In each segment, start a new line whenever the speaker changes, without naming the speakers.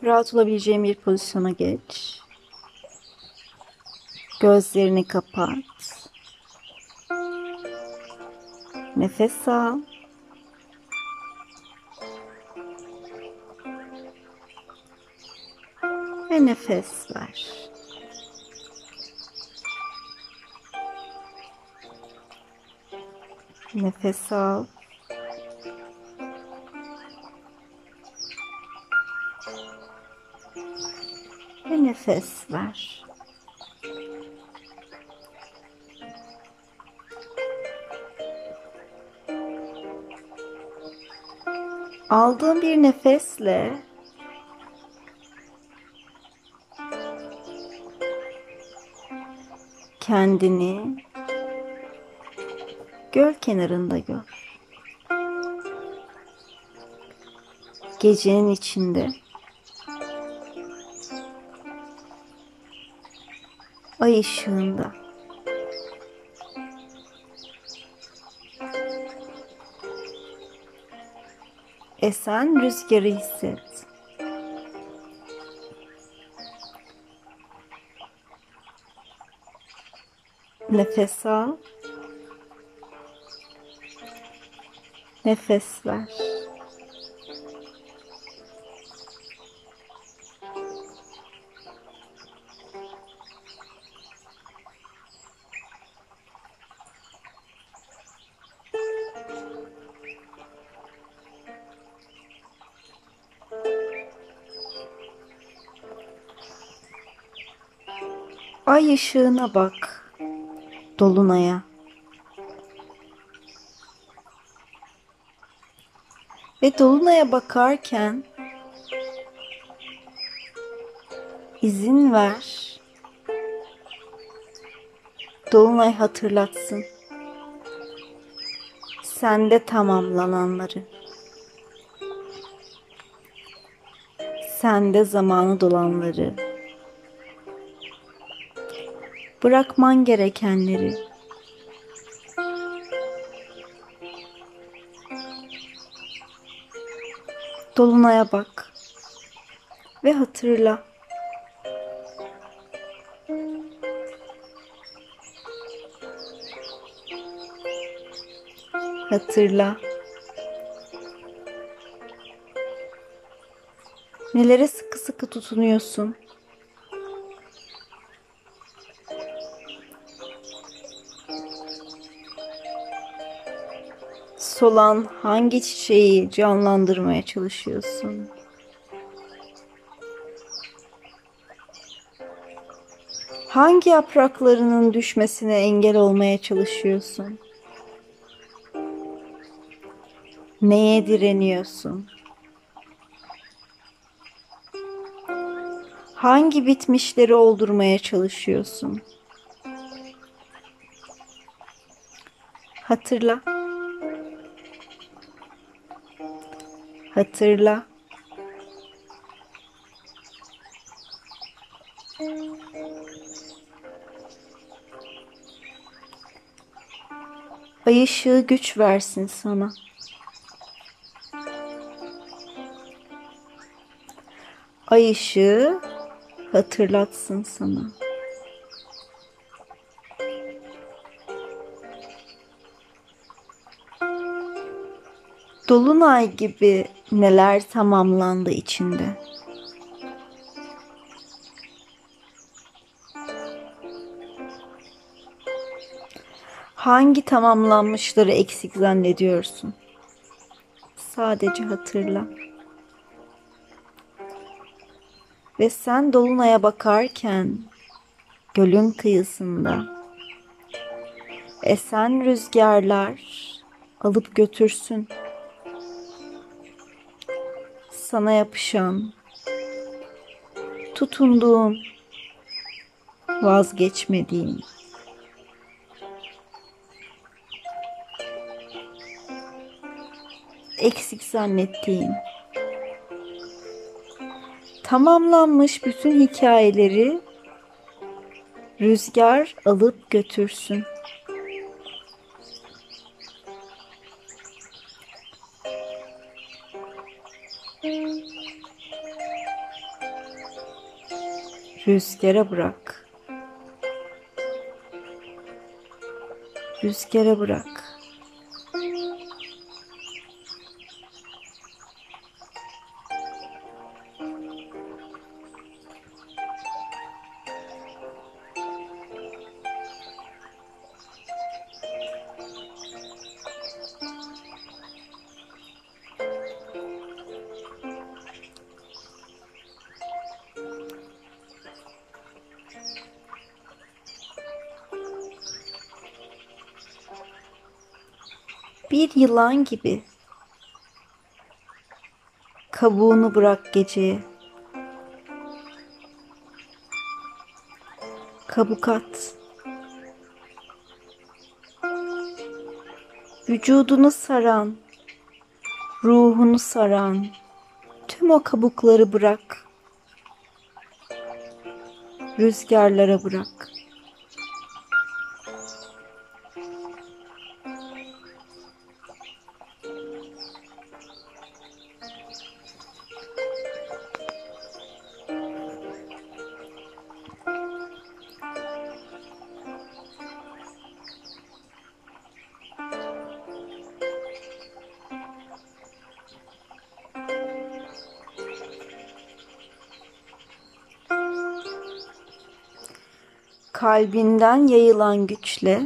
Rahat olabileceğin bir pozisyona geç. Gözlerini kapat. Nefes al. Ve nefes ver. Nefes al. Ve nefes ver. Aldığın bir nefesle kendini göl kenarında gör. Gecenin içinde, ay ışığında. Esen rüzgarı hisset. Nefes al. Nefes ver. Ay ışığına bak. Dolunaya. Ve dolunaya bakarken izin ver. Dolunay hatırlatsın. Sende tamamlananları. Sende zamanı dolanları. Bırakman gerekenleri. Dolunaya bak ve hatırla. Hatırla. Nelere sıkı sıkı tutunuyorsun? Solan hangi çiçeği canlandırmaya çalışıyorsun? Hangi yapraklarının düşmesine engel olmaya çalışıyorsun? Neye direniyorsun? Hangi bitmişleri oldurmaya çalışıyorsun? Hatırla. Hatırla. Ay ışığı güç versin sana. Ay ışığı hatırlatsın sana. Dolunay gibi neler tamamlandı içinde. Hangi tamamlanmışları eksik zannediyorsun? Sadece hatırla. Ve sen dolunaya bakarken gölün kıyısında esen rüzgarlar alıp götürsün. Sana yapışan, tutunduğun, vazgeçmediğin, eksik zannettiğin, tamamlanmış bütün hikayeleri rüzgar alıp götürsün. Rüzgara bırak. Rüzgara bırak. Bir yılan gibi kabuğunu bırak geceye. Kabuk at. Vücudunu saran, ruhunu saran tüm o kabukları bırak. Rüzgarlara bırak. Kalbinden yayılan güçle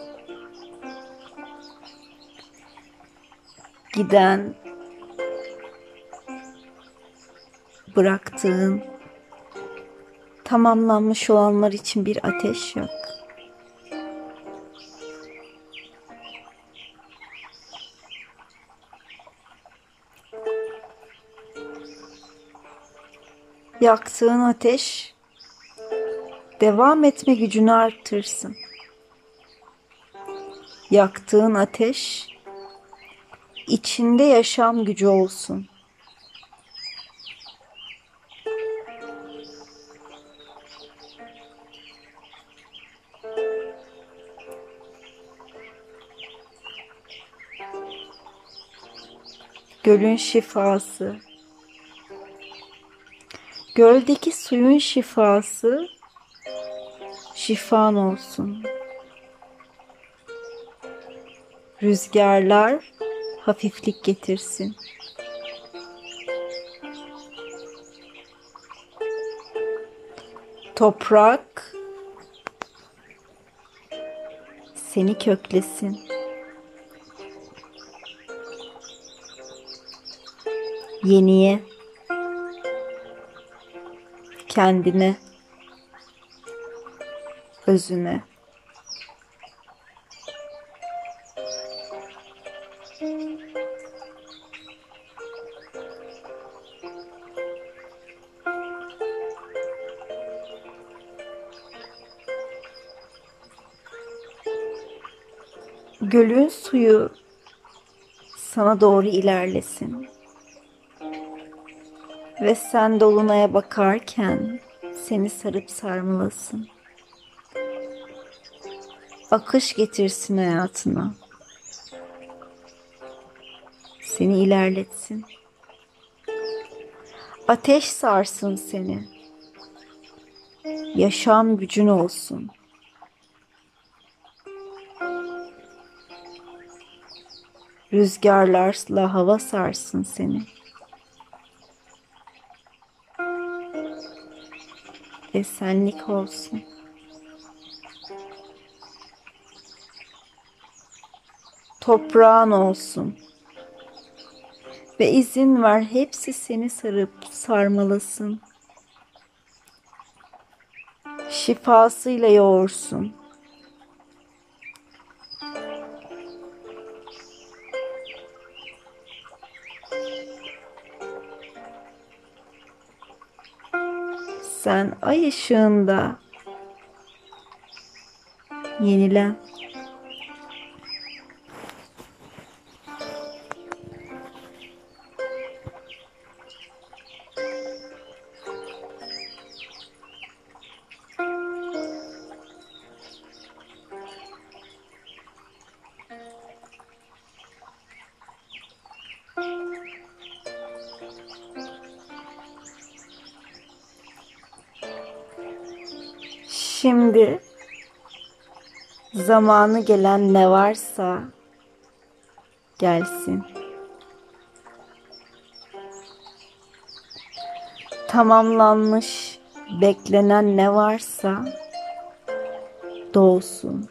giden, bıraktığın, tamamlanmış olanlar için bir ateş yak. Yaktığın ateş devam etme gücünü arttırsın. Yaktığın ateş içinde yaşam gücü olsun. Gölün şifası, göldeki suyun şifası şifan olsun. Rüzgarlar hafiflik getirsin. Toprak seni köklesin. Yeniye, kendine, özüne. Gölün suyu sana doğru ilerlesin. Ve sen dolunaya bakarken seni sarıp sarmalasın. Akış getirsin hayatına. Seni ilerletsin. Ateş sarsın seni. Yaşam gücün olsun. Rüzgarlarla hava sarsın seni. Esenlik olsun. Toprağın olsun. Ve izin ver hepsi seni sarıp sarmalasın. Şifasıyla yoğursun. Sen ay ışığında yenilen. Şimdi zamanı gelen ne varsa gelsin. Tamamlanmış beklenen ne varsa doğsun.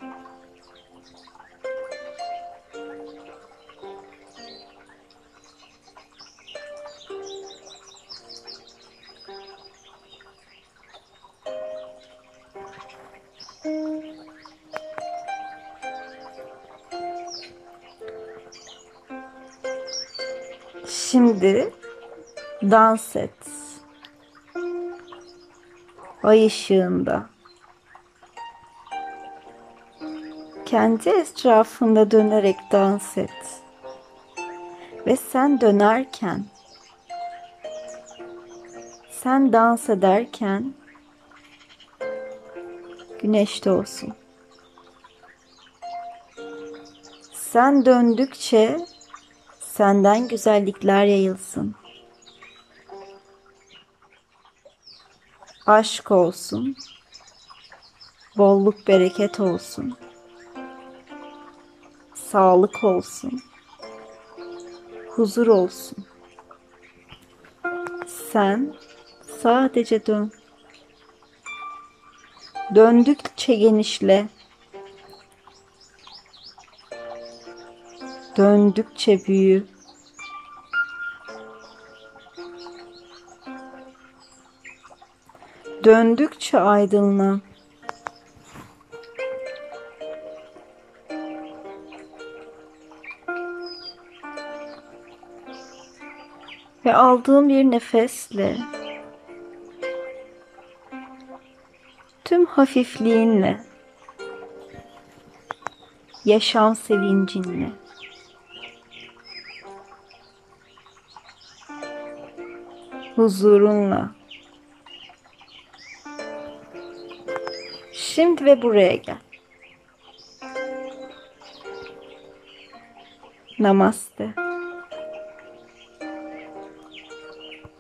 Şimdi dans et. Ay ışığında. Kendi etrafında dönerek dans et. Ve sen dönerken, sen dans ederken güneş doğsun. Sen döndükçe senden güzellikler yayılsın. Aşk olsun, bolluk bereket olsun, sağlık olsun, huzur olsun. Sen sadece dön. Döndükçe genişle. Döndükçe büyü. Döndükçe aydınlan. Ve aldığın bir nefesle, tüm hafifliğinle, yaşam sevincinle, huzurunla, şimdi ve buraya gel. Namaste.